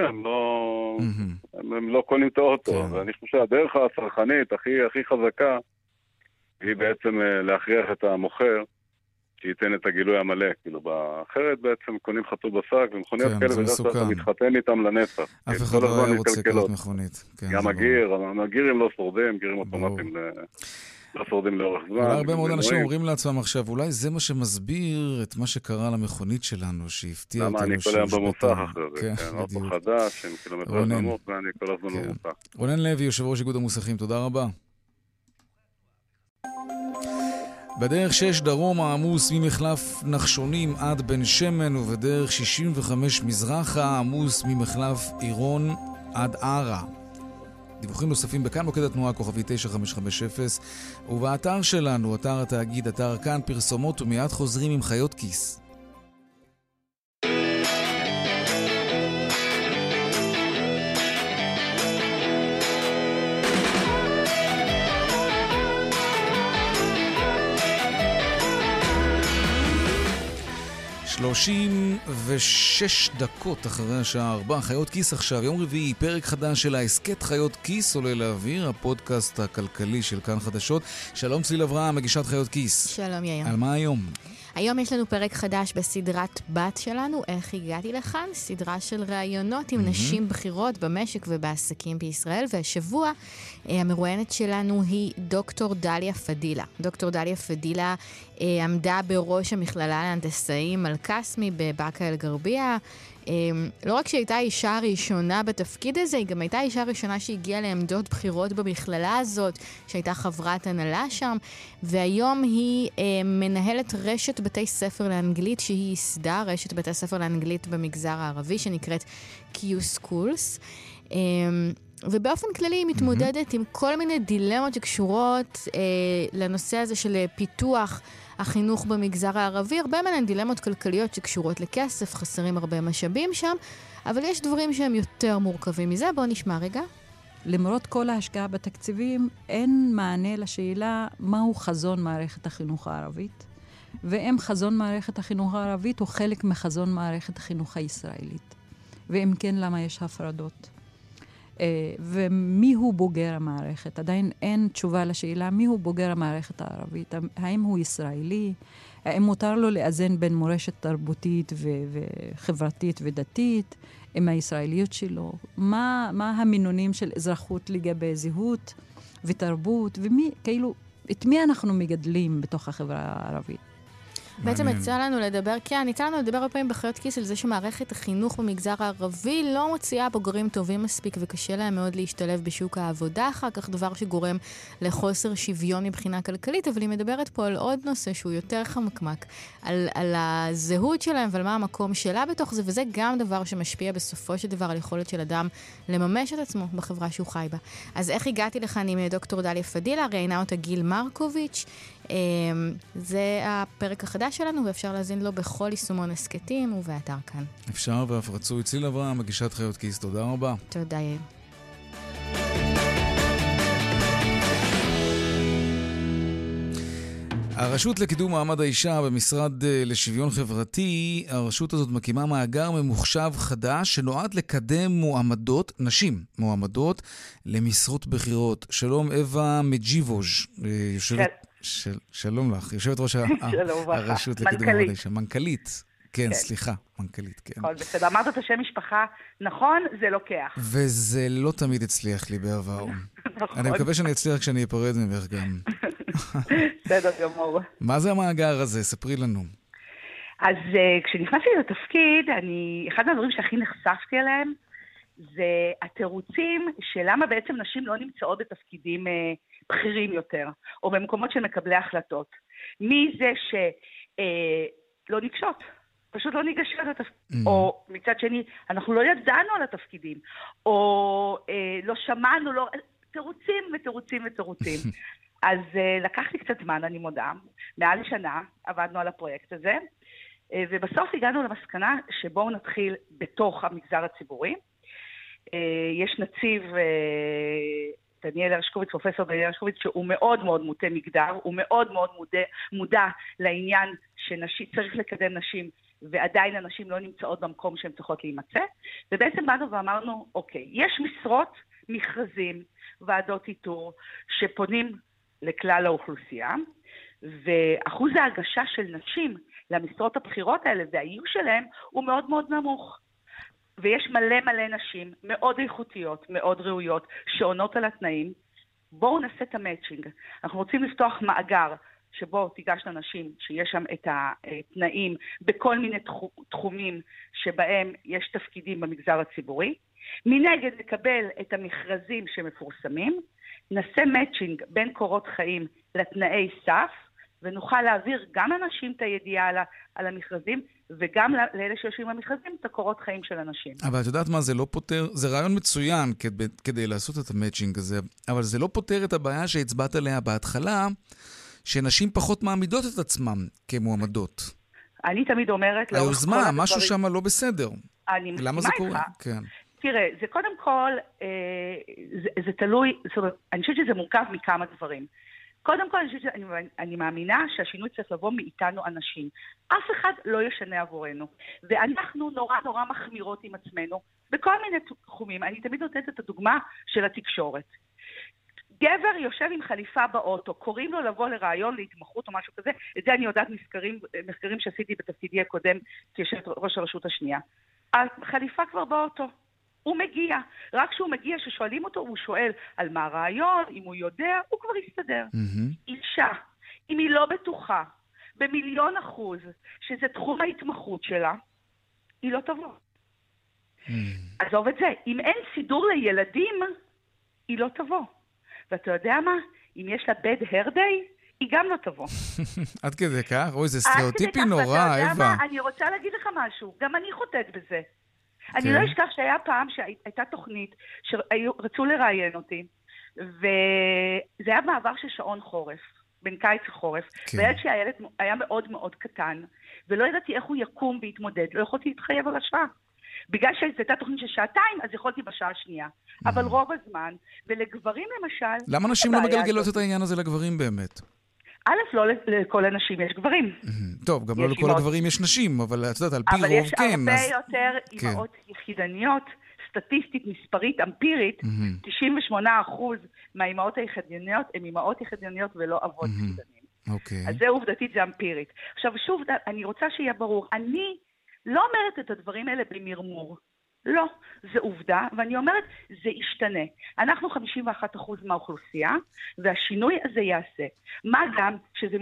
הם לא קונים את האוטו. כן. ואני חושב שהדרך הצרכנית הכי חזקה, היא בעצם להכריח את המוכר, שייתן את הגילוי המלא, כאילו, באחרת בעצם קונים חתול בשק, ומכוניות כאלה, ואתה מתחתן איתם לנצח. אף אחד לא היה רוצה כזאת מכונית. גם הגירים לא שורדים, גירים אוטומטיים לא שורדים לאורך זמן. הרבה מאוד אנשים אומרים לעצמם עכשיו, אולי זה מה שמסביר את מה שקרה למכונית שלנו, שהפתיע אותנו. למה אני כל היום במוסך אחרי זה, כן, אוטו חדש, עם קילומטר נמוך, ואני כל הזמן במוסך. רונן לוי, יושב ראש איגוד המוסכים, תודה רבה. בדרך 6 דרום העמוס ממחלף נחשונים עד בן שמן, ובדרך 65 מזרחה עמוס ממחלף עירון עד ערה. דיווחים נוספים בכאן מוקד התנועה כוכבי 9550, ובאתר שלנו, אתר התאגיד, אתר כאן, פרסומות, ומיד חוזרים עם חיות כיס. שלושים 36 דקות אחרי השעה 4, חיות כיס עכשיו, יום רביעי, פרק חדש של העסקת חיות כיס עולה לאוויר, הפודקאסט הכלכלי של כאן חדשות. שלום צליל אברהם, מגישת חיות כיס. שלום יאיר. על מה היום? היום יש לנו פרק חדש בסדרת בת שלנו, איך הגעתי לכאן, סדרה של ראיונות עם נשים בכירות במשק ובעסקים בישראל, והשבוע המרואיינת שלנו היא דוקטור דליה פדילה. דוקטור דליה פדילה עמדה בראש המכללה להנדסאים אל-קסמי בבאקה אל-גרבייה. לא רק שהייתה האישה הראשונה בתפקיד הזה, היא גם הייתה האישה הראשונה שהגיעה לעמדות בחירות במכללה הזאת, שהייתה חברת הנהלה שם, והיום היא מנהלת רשת בתי ספר לאנגלית שהיא ייסדה, רשת בתי ספר לאנגלית במגזר הערבי שנקראת Q Schools. ובאופן כללי היא מתמודדת עם כל מיני דילמות שקשורות לנושא הזה של פיתוח החינוך במגזר הערבי. הרבה מהן דילמות כלכליות שקשורות לכסף, חסרים הרבה משאבים שם, אבל יש דברים שהם יותר מורכבים מזה. בואו נשמע רגע. למרות כל ההשקעה בתקציבים, אין מענה לשאלה מהו חזון מערכת החינוך הערבית, ואם חזון מערכת החינוך הערבית הוא חלק מחזון מערכת החינוך הישראלית. ואם כן, למה יש הפרדות? ומי הוא בוגר המערכת? עדיין אין תשובה לשאלה מי הוא בוגר המערכת הערבית. האם הוא ישראלי? האם מותר לו לאזן בין מורשת תרבותית וחברתית ודתית עם הישראליות שלו? מה המינונים של אזרחות לגבי זהות ותרבות? ומי, כאילו, את מי אנחנו מגדלים בתוך החברה הערבית? בעצם יצא לנו לדבר הרבה פעמים בחיות כיס על זה שמערכת החינוך במגזר הערבי לא מוציאה בוגרים טובים מספיק וקשה להם מאוד להשתלב בשוק העבודה אחר כך, דבר שגורם לחוסר שוויון מבחינה כלכלית, אבל היא מדברת פה על עוד נושא שהוא יותר חמקמק, על הזהות שלהם ועל מה המקום שלה בתוך זה, וזה גם דבר שמשפיע בסופו של דבר על יכולת של אדם לממש את עצמו בחברה שהוא חי בה. אז איך הגעתי לכאן עם דוקטור דליה פדילה, ראיינה אותה גיל מרקוביץ'. זה הפרק החדש שלנו, ואפשר להזין לו בכל יישומון הסקטים ובאתר כאן. אפשר, ואף רצוי. ציל אברהם, מגישת חיות כיס, תודה רבה. תודה. הרשות לקידום מעמד האישה במשרד לשוויון חברתי, הרשות הזאת מקימה מאגר ממוחשב חדש שנועד לקדם נשים מועמדות למשרות בחירות. שלום אווה מג'יבוז', שלום לך, יושבת ראש הרשות לקידום מעמד האישה. מנכ"לית. כן, סליחה, מנכ"לית, כן. הכל בסדר, אמרת את השם משפחה, נכון, זה לוקח. וזה לא תמיד הצליח לי בעבר. אני מקווה שאני אצליח כשאני אפרד ממך גם. בסדר גמור. מה זה המאגר הזה? ספרי לנו. אז כשנכנסתי לתפקיד, אחד מהדברים שהכי נחשפתי עליהם, זה התירוצים של למה בעצם נשים לא נמצאות בתפקידים בכירים יותר, או במקומות של מקבלי החלטות. מי זה שלא ניגשות, פשוט לא ניגשות לתפקיד, או מצד שני, אנחנו לא ידענו על התפקידים, או לא שמענו, תירוצים ותירוצים ותירוצים. אז לקח לי קצת זמן, אני מודה, מעל שנה עבדנו על הפרויקט הזה, ובסוף הגענו למסקנה שבואו נתחיל בתוך המגזר הציבורי. יש נציב דניאל הרשקוביץ, פרופסור דניאל הרשקוביץ, שהוא מאוד מאוד מוטה מגדר, הוא מאוד מאוד מודע לעניין שצריך לקדם נשים, ועדיין הנשים לא נמצאות במקום שהן צריכות להימצא, ובעצם באנו ואמרנו, אוקיי, יש משרות, מכרזים, ועדות איתור, שפונים לכלל האוכלוסייה, ואחוז ההגשה של נשים למשרות הבחירות האלה והאיוש שלהם הוא מאוד מאוד נמוך. ויש מלא נשים מאוד איכותיות, מאוד ראויות, שעונות על התנאים. בואו נעשה את המאצ'ינג. אנחנו רוצים לפתוח מאגר שבו תיגשנה נשים שיש שם את התנאים בכל מיני תחומים שבהם יש תפקידים במגזר הציבורי. מנגד לקבל את המכרזים שמפורסמים, נעשה מאצ'ינג בין קורות חיים לתנאי סף, ונוכל להעביר גם לאנשים את הידיעה על המכרזים, וגם לאלה שיושבים במכרזים את הקורות חיים של אנשים. אבל את יודעת מה, זה לא פותר, זה רעיון מצוין כדי לעשות את המאצ'ינג הזה, אבל זה לא פותר את הבעיה שהצבעת עליה בהתחלה, שנשים פחות מעמידות את עצמם כמועמדות. אני תמיד אומרת... היוזמה, משהו שם לא בסדר. למה זה קורה? כן. תראה, זה קודם כל, זה תלוי, זאת אומרת, אני חושבת שזה מורכב מכמה דברים. קודם כל, אני מאמינה שהשינוי צריך לבוא מאיתנו אנשים. אף אחד לא ישנה עבורנו. ואנחנו נורא מחמירות עם עצמנו בכל מיני תחומים. אני תמיד נותנת את הדוגמה של התקשורת. גבר יושב עם חליפה באוטו, קוראים לו לבוא לרעיון להתמחות או משהו כזה, את זה אני יודעת מחקרים שעשיתי בתפקידי הקודם כיושבת ראש הרשות השנייה. החליפה כבר באוטו. הוא מגיע. רק כשהוא מגיע, ששואלים אותו, הוא שואל על מה הרעיון, אם הוא יודע, הוא כבר יסתדר. אישה, אם היא לא בטוחה, ב1,000,000% שזה תחום ההתמחות שלה, היא לא תבוא. עזוב את זה. אם אין סידור לילדים, היא לא תבוא. ואתה יודע מה? אם יש לה bad hair day, היא גם לא תבוא. עד כדי כך? אוי, זה סטריאוטיפי נורא, אווה. אני רוצה להגיד לך משהו. גם אני חוטאת בזה. אני לא אשכח שהיה פעם שהייתה תוכנית שרצו לראיין אותי, וזה היה מעבר של שעון חורף, בין קיץ לחורף, והילד שהילד היה מאוד מאוד קטן, ולא ידעתי איך הוא יקום והתמודד, לא יכולתי להתחייב על השעה. בגלל שזו הייתה תוכנית של שעתיים, אז יכולתי בשעה השנייה. אבל רוב הזמן, ולגברים למשל... למה נשים לא מגלגלות את העניין הזה לגברים באמת? א', לא לכל הנשים יש גברים. טוב, גם לא לכל הגברים יש נשים, אבל את יודעת, על פי רוב כן. אבל יש הרבה יותר אימהות יחידניות, סטטיסטית, מספרית, אמפירית, 98% מהאימהות היחידניות הן אימהות יחידניות ולא אבות יחידנים. אז זה עובדתית, זה אמפירית. עכשיו, שוב, אני רוצה שיהיה ברור, אני לא אומרת את הדברים האלה במרמור. לא, זה עובדה, ואני אומרת, זה ישתנה. אנחנו 51% מהאוכלוסייה, והשינוי הזה יעשה. מה גם שזה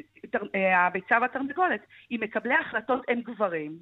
הביצה והתרנגולת, אם מקבלי ההחלטות הם גברים,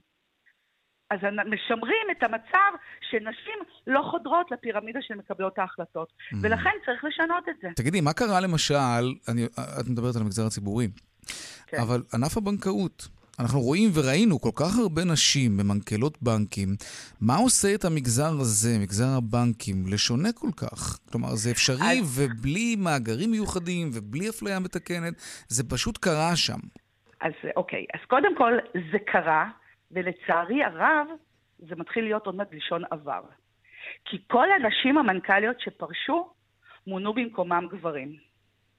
אז משמרים את המצב שנשים לא חודרות לפירמידה של מקבלות ההחלטות, ולכן צריך לשנות את זה. תגידי, מה קרה למשל, את מדברת על המגזר הציבורי, אבל ענף הבנקאות, אנחנו רואים וראינו כל כך הרבה נשים במנכ"לות בנקים. מה עושה את המגזר הזה, מגזר הבנקים, לשונה כל כך? כלומר, זה אפשרי ובלי מאגרים מיוחדים ובלי אפליה מתקנת, זה פשוט קרה שם. אז אוקיי, אז קודם כל זה קרה, ולצערי הרב זה מתחיל להיות עוד מעט בלשון עבר. כי כל הנשים המנכ"ליות שפרשו מונו במקומם גברים.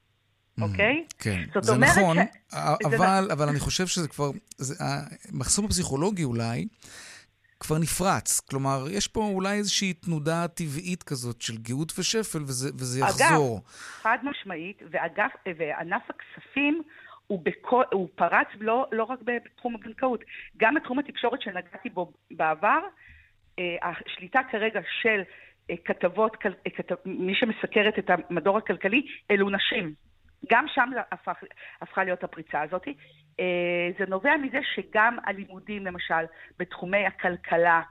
אוקיי? כן, זה נכון, אבל אני חושב שזה כבר, המחסום הפסיכולוגי אולי, כבר נפרץ. כלומר, יש פה אולי איזושהי תנודה טבעית כזאת של גאות ושפל, וזה יחזור. אגב, חד משמעית, וענף הכספים, הוא פרץ לא רק בתחום הבנקאות, גם בתחום התקשורת שנגעתי בו בעבר, השליטה כרגע של כתבות, מי שמסקרת את המדור הכלכלי, אלו נשים. גם שם הפכה להיות הפריצה הזאת. זה נובע מזה שגם הלימודים, למשל, בתחומי הכלכלה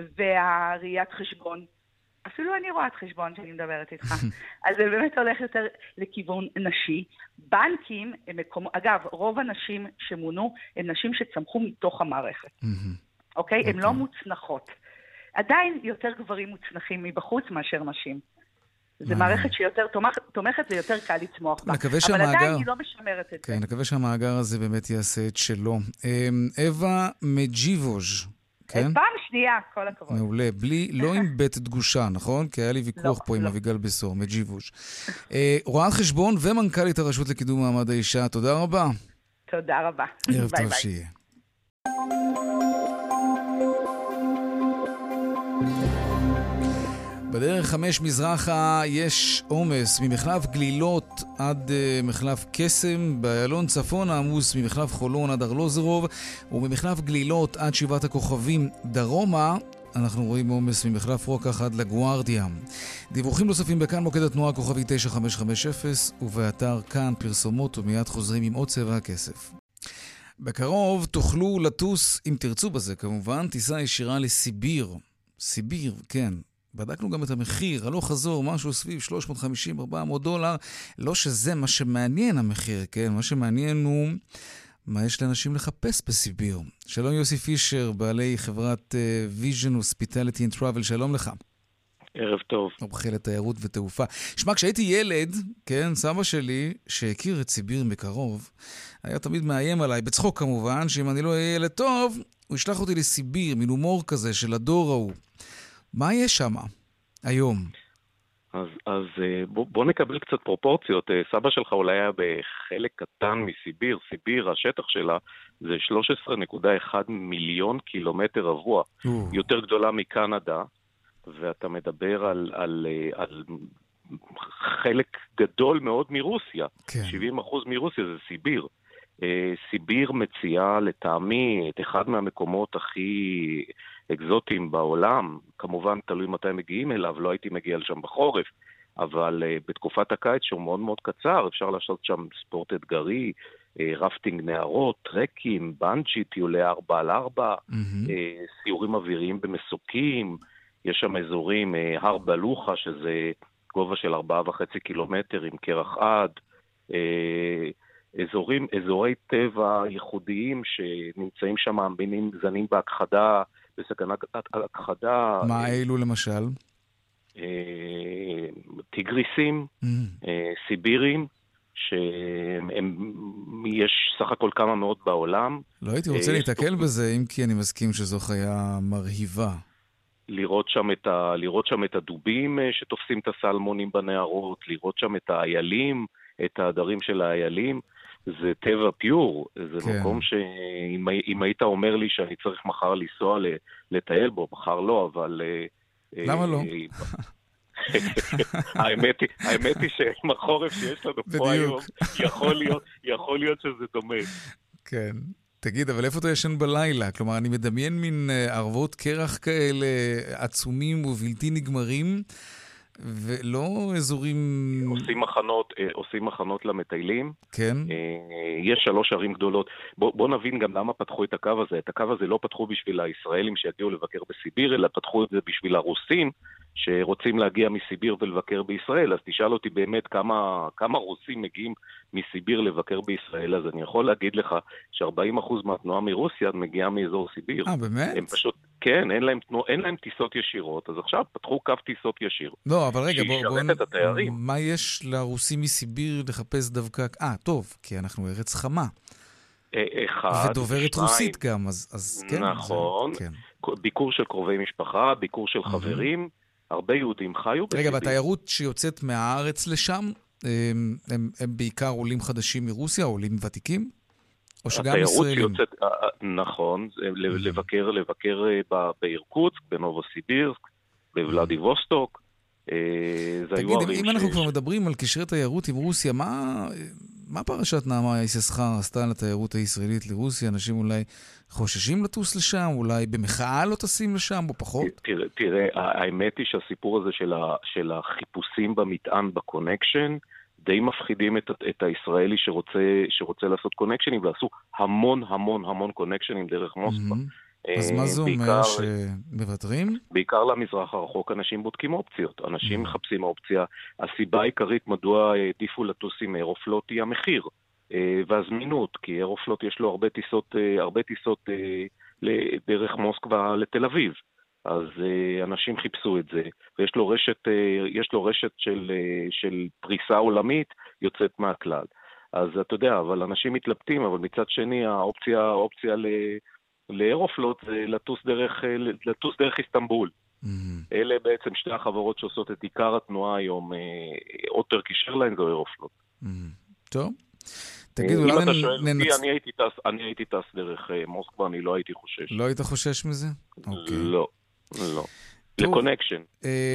והראיית חשבון, אפילו אני רואת חשבון שאני מדברת איתך, אז זה באמת הולך יותר לכיוון נשי. בנקים, אגב, רוב הנשים שמונו הם נשים שצמחו מתוך המערכת. אוקיי? הן לא מוצנחות. עדיין יותר גברים מוצנחים מבחוץ מאשר נשים. זה מערכת שיותר תומכת ויותר קל לצמוח בה. אבל עדיין היא לא משמרת את זה. כן, נקווה שהמאגר הזה באמת יעשה את שלו. אווה מג'יבוז', כן? פעם שנייה, כל הכבוד. מעולה, לא עם בית דגושה, נכון? כי היה לי ויכוח פה עם אביגל בסור, מג'יבוז'. רואת חשבון ומנכ"לית הרשות לקידום מעמד האישה, תודה רבה. תודה רבה. ערב טוב שיהיה. בדרך 5 מזרחה יש עומס ממחלף גלילות עד מחלף קסם, באיילון צפון העמוס ממחלף חולון עד ארלוזרוב, וממחלף גלילות עד 7 הכוכבים דרומה אנחנו רואים עומס ממחלף רוקח עד לגוארדיה. דיווחים נוספים בכאן מוקד התנועה כוכבי 9550 ובאתר כאן פרסומות ומיד חוזרים עם עוד צבע הכסף. בקרוב תוכלו לטוס, אם תרצו בזה כמובן, טיסה ישירה לסיביר. סיביר, כן. בדקנו גם את המחיר, הלוך חזור, משהו סביב $350-400. לא שזה מה שמעניין המחיר, כן? מה שמעניין הוא מה יש לאנשים לחפש בסיביר. שלום יוסי פישר, בעלי חברת Vision Hospitality and Travel, שלום לך. ערב טוב. מומחה לתיירות ותעופה. שמע, כשהייתי ילד, כן, סבא שלי, שהכיר את סיביר מקרוב, היה תמיד מאיים עליי, בצחוק כמובן, שאם אני לא אהיה ילד טוב, הוא ישלח אותי לסיביר, מין הומור כזה של הדור ההוא. מה יש שם היום? אז בוא נקבל קצת פרופורציות. סבא שלך אולי היה בחלק קטן מסיביר. סיביר, השטח שלה זה 13.1 מיליון קילומטר רבוע. יותר גדולה מקנדה, ואתה מדבר על חלק גדול מאוד מרוסיה. 70% מרוסיה זה סיביר. סיביר מציעה לטעמי את אחד מהמקומות הכי אקזוטיים בעולם, כמובן תלוי מתי מגיעים אליו, לא הייתי מגיע לשם בחורף, אבל בתקופת הקיץ שהוא מאוד מאוד קצר, אפשר לעשות שם ספורט אתגרי, רפטינג נערות, טרקים, בנג'י, טיולי 4x4, סיורים אוויריים במסוקים, יש שם אזורים, הר בלוחה, שזה גובה של 4.5 קילומטר עם קרח עד, אזורי טבע ייחודיים שנמצאים שם, מינים זנים בהכחדה, בסכנת הכחדה. מה אלו למשל? טיגריסים, סיבירים, שיש סך הכל כמה מאות בעולם. לא הייתי רוצה להתעכל בזה, אם כי אני מסכים שזו חיה מרהיבה. לראות שם את הדובים שתופסים את הסלמונים בנהרות, לראות שם את האיילים, את העדרים של האיילים. זה טבע פיור, זה מקום שאם היית אומר לי שאני צריך מחר לנסוע לטייל בו, מחר לא, אבל... למה לא? האמת היא שעם החורף שיש לנו פה היום, יכול להיות שזה דומה. כן. תגיד, אבל איפה אתה ישן בלילה? כלומר, אני מדמיין מין ערבות קרח כאלה עצומים ובלתי נגמרים, ולא אזורים... עושים מחנות למטיילים. כן. יש 3 ערים גדולות. בוא נבין גם למה פתחו את הקו הזה. את הקו הזה לא פתחו בשביל הישראלים שיגיעו לבקר בסיביר, אלא פתחו את זה בשביל הרוסים שרוצים להגיע מסיביר ולבקר בישראל. אז תשאל אותי באמת כמה רוסים מגיעים מסיביר לבקר בישראל. אז אני יכול להגיד לך ש40% מהתנועה מרוסיה מגיעה מאזור סיביר. באמת? הם פשוט, כן, אין להם טיסות ישירות. אז עכשיו פתחו קו טיסות ישיר. לא, אבל רגע, מה יש לרוסים מסיביר לחפש דווקא... טוב, כי אנחנו ארץ חמה. ודוברת רוסית גם, אז כן. נכון. ביקור של קרובי משפחה, ביקור של חברים, הרבה יהודים חיו בסיביר. רגע, והתיירות שיוצאת מהארץ לשם, הם בעיקר עולים חדשים מרוסיה, עולים ותיקים? או שגם ישראלים? נכון, לבקר באירקוטסק, בנובוסיבירסק, בוולדיווסטוק. תגיד, אם אנחנו כבר מדברים על קשרי תיירות עם רוסיה, מה פרשת נעמה יששכר עשתה לתיירות הישראלית לרוסיה? אנשים אולי חוששים לטוס לשם, אולי במחאה לא טסים לשם, או פחות? תראה, האמת היא שהסיפור הזה של החיפושים במטען בקונקשן, די מפחידים את הישראלי שרוצה לעשות קונקשנים, ועשו המון קונקשנים דרך מוסקבה. אז מה זה אומר שמוותרים? בעיקר למזרח הרחוק אנשים בודקים אופציות, אנשים מחפשים אופציה. הסיבה העיקרית מדוע העדיפו לטוס עם אירופלוט היא המחיר והזמינות, כי אירופלוט יש לו הרבה טיסות דרך מוסקבה לתל אביב. אז אנשים חיפשו את זה, ויש לו רשת של פריסה עולמית יוצאת מהכלל. אז אתה יודע, אבל אנשים מתלבטים, אבל מצד שני האופציה לאירופלוט זה לטוס דרך איסטנבול. אלה בעצם שתי החברות שעושות את עיקר התנועה היום, או טרקיש איירליינס או אירופלוט. טוב. אם אתה שואל אותי, אני הייתי טס דרך מוסקבה, אני לא הייתי חושש. לא היית חושש מזה? לא. לקונקשן.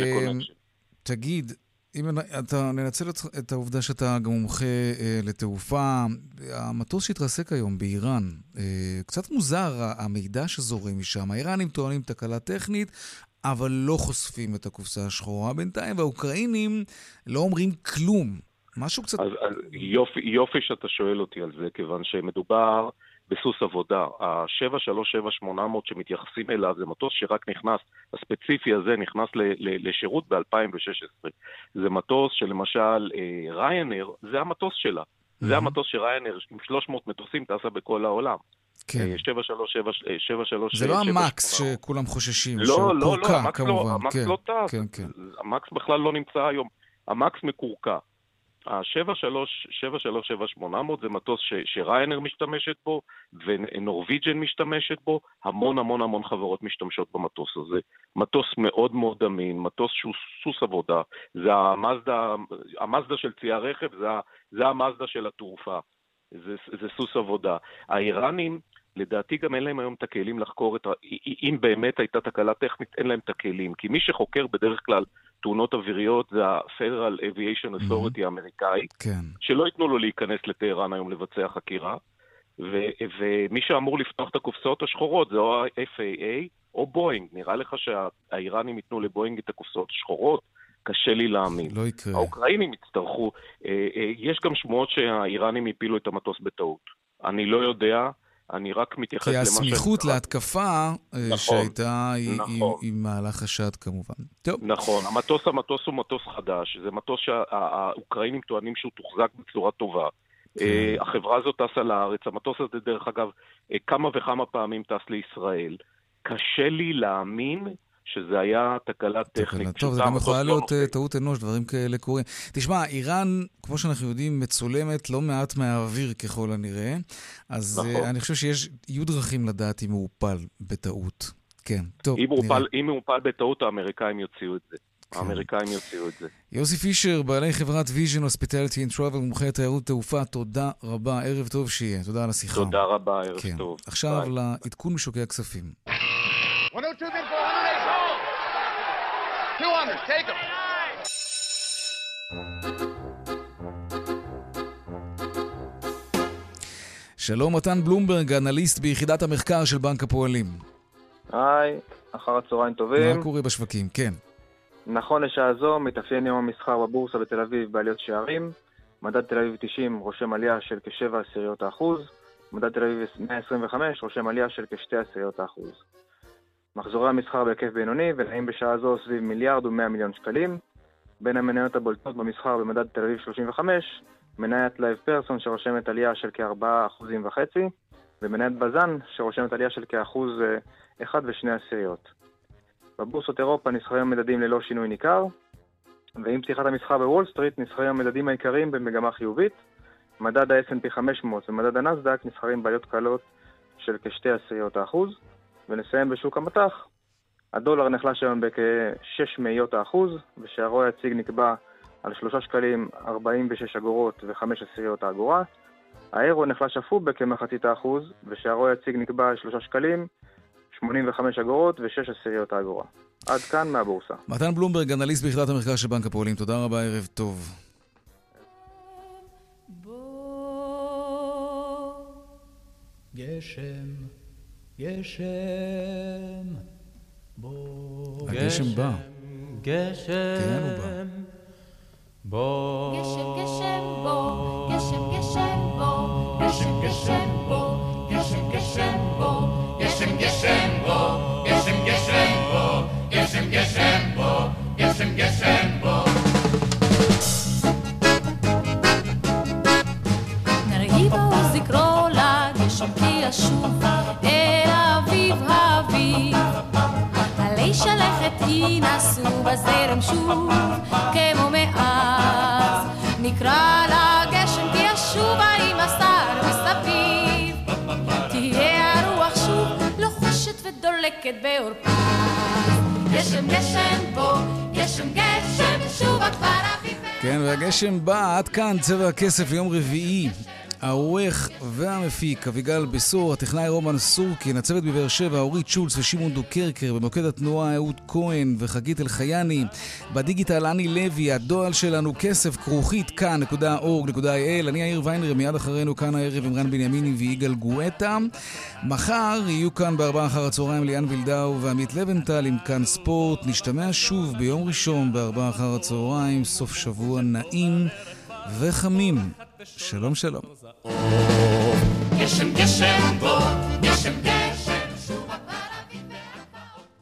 תגיד, אם אתה ננצל את העובדה שאתה גם מומחה לתעופה, המטוס שהתרסק היום באיראן, קצת מוזר המידע שזורם משם. האיראנים טוענים תקלה טכנית, אבל לא חושפים את הקופסה השחורה בינתיים, והאוקראינים לא אומרים כלום. משהו קצת... אז יופי שאתה שואל אותי על זה, כיוון שמדובר בסוס עבודה. ה-737-800 שמתייחסים אליו זה מטוס שרק נכנס, הספציפי הזה נכנס לשירות ב-2016. זה מטוס שלמשל ריינר, זה המטוס שלה. זה המטוס שריינר עם 300 מטוסים טסה בכל העולם. כן. 737... זה לא המקס שכולם חוששים, לא, המקס לא טס. המקס בכלל לא נמצא היום. המקס מקורקע. ה-737-800 זה מטוס שריינר משתמשת בו, ונורוויג'ן משתמשת בו, המון חברות משתמשות במטוס הזה. מטוס מאוד מאוד אמין, מטוס שהוא סוס עבודה, זה המזדה של ציי הרכב, זה המזדה של התעופה, זה סוס עבודה. האיראנים, לדעתי גם אין להם היום את הכלים לחקור אם באמת הייתה תקלה טכנית, אין להם את הכלים, כי מי שחוקר בדרך כלל תאונות אוויריות זה ה-Federal Aviation Authority האמריקאי, שלא ייתנו לו להיכנס לטהרן היום לבצע חקירה, ומי שאמור לפתוח את הקופסאות השחורות זה או ה-FAA או בוינג. נראה לך שהאיראנים ייתנו לבוינג את הקופסאות השחורות? קשה לי להאמין. לא יקרה. האוקראינים יצטרכו. יש גם שמועות שהאיראנים הפילו את המטוס בטעות. אני לא יודע, אני רק מתייחס למה כי הסמיכות להתקפה שהייתה היא מהלך חשד כמובן. נכון, המטוס הוא מטוס חדש, זה מטוס שהאוקראינים טוענים שהוא תוחזק בצורה טובה. החברה הזאת טסה לארץ, המטוס הזה דרך אגב כמה וכמה פעמים טס לישראל. קשה לי להאמין שזה היה תקלה טכנית. טוב, זה גם יכולה להיות טעות אנוש, דברים כאלה קורים. תשמע, איראן, כמו שאנחנו יודעים, מצולמת לא מעט מהאוויר ככל הנראה, אז אני חושב שיש יהיו דרכים לדעת אם הוא הופל בטעות. כן, טוב. אם הוא הופל בטעות, האמריקאים יוציאו את זה. האמריקאים יוציאו את זה. יוסי פישר, בעלי חברת Vision Hospitality and Travel, מומחה תיירות תעופה, תודה רבה, ערב טוב שיהיה. תודה על השיחה. תודה רבה, ערב טוב. עכשיו לעדכון משוקי הכספים. 102 bid for 100, 200, take them. שלום, מתן בלומברג, אנליסט ביחידת המחקר של בנק הפועלים. היי, אחר הצהריים טובים. מה קורה בשווקים? כן. נכון לשעה זו, מתאפיין יום המסחר בבורסה בתל אביב בעליות שערים. מדד תל אביב 90 רושם עלייה של כ7%. מדד תל אביב 125 רושם עלייה של כ2%. מחזורי המסחר בהיקף בינוני ונעים בשעה זו סביב 1.1 מיליארד שקלים. בין המניות הבולטות במסחר במדד תל אביב 35, מניית לייב פרסון שרושמת עלייה של כ4.5%, ומניית בזן שרושמת עלייה של כ1.2%. בבורסות אירופה נסחרים המדדים ללא שינוי ניכר, ועם פתיחת המסחר בוול סטריט נסחרים המדדים העיקריים במגמה חיובית. מדד ה-S&P 500 ומדד הנסדק נסחרים בעליות קלות של כ2%. ונסיים בשוק המטח. הדולר נחלש היום בכ6%, ושערו היציג נקבע על 3 שקלים 46 אגורות ו5 אגורה. האירו נחלש אפוא בכ0.5%, ושערו היציג נקבע על 3 שקלים 85 אגורות ו6 אגורה. עד כאן מהבורסה. מתן בלומברג, אנליסט ביחידת המחקר של בנק הפועלים. תודה רבה, ערב טוב. גשם, גשם, בוא. הגשם בא. גשם, כן, הוא בא. בוא. גשם, גשם, בוא. גשם, גשם, בוא. גשם, גשם, בוא. גשם, גשם, בוא. גשם, גשם, בוא. גשם, גשם, בוא. גשם, גשם, בוא. גשם, גשם, בוא. נרהיב וזכרו לגשם כי ישוב אל אביב האביב. עלי שלכת ינסו בזרם שוב כמו מאז. נקרא לגשם כי ישובה עם השר מסביב. תהיה הרוח שוב לוחשת ודולקת בעורפז. גשם גשם בוא, גשם גשם שוב הכפר אביב. כן, והגשם בא. עד כאן צבע הכסף ליום רביעי. העורך והמפיק אביגל בסור, הטכנאי רומן סורקין, הצוות בבאר שבע אורית שולץ ושימון דוקרקר, במוקד התנועה אהוד כהן וחגית אלחייני, בדיגיטל אני לוי. הדואל שלנו כסף@כאן.org.il. אני יאיר ויינרב, מיד אחרינו כאן הערב עם רן בנימיני ויגאל גואטה. מחר יהיו כאן ב4 אחר הצהריים ליאן וילדאו ועמית לבנטל עם כאן ספורט. נשתמע שוב ביום ראשון ב4 אחר הצהריים. סוף שבוע נעים וחמים. שלום שלום. גשם גשם בוא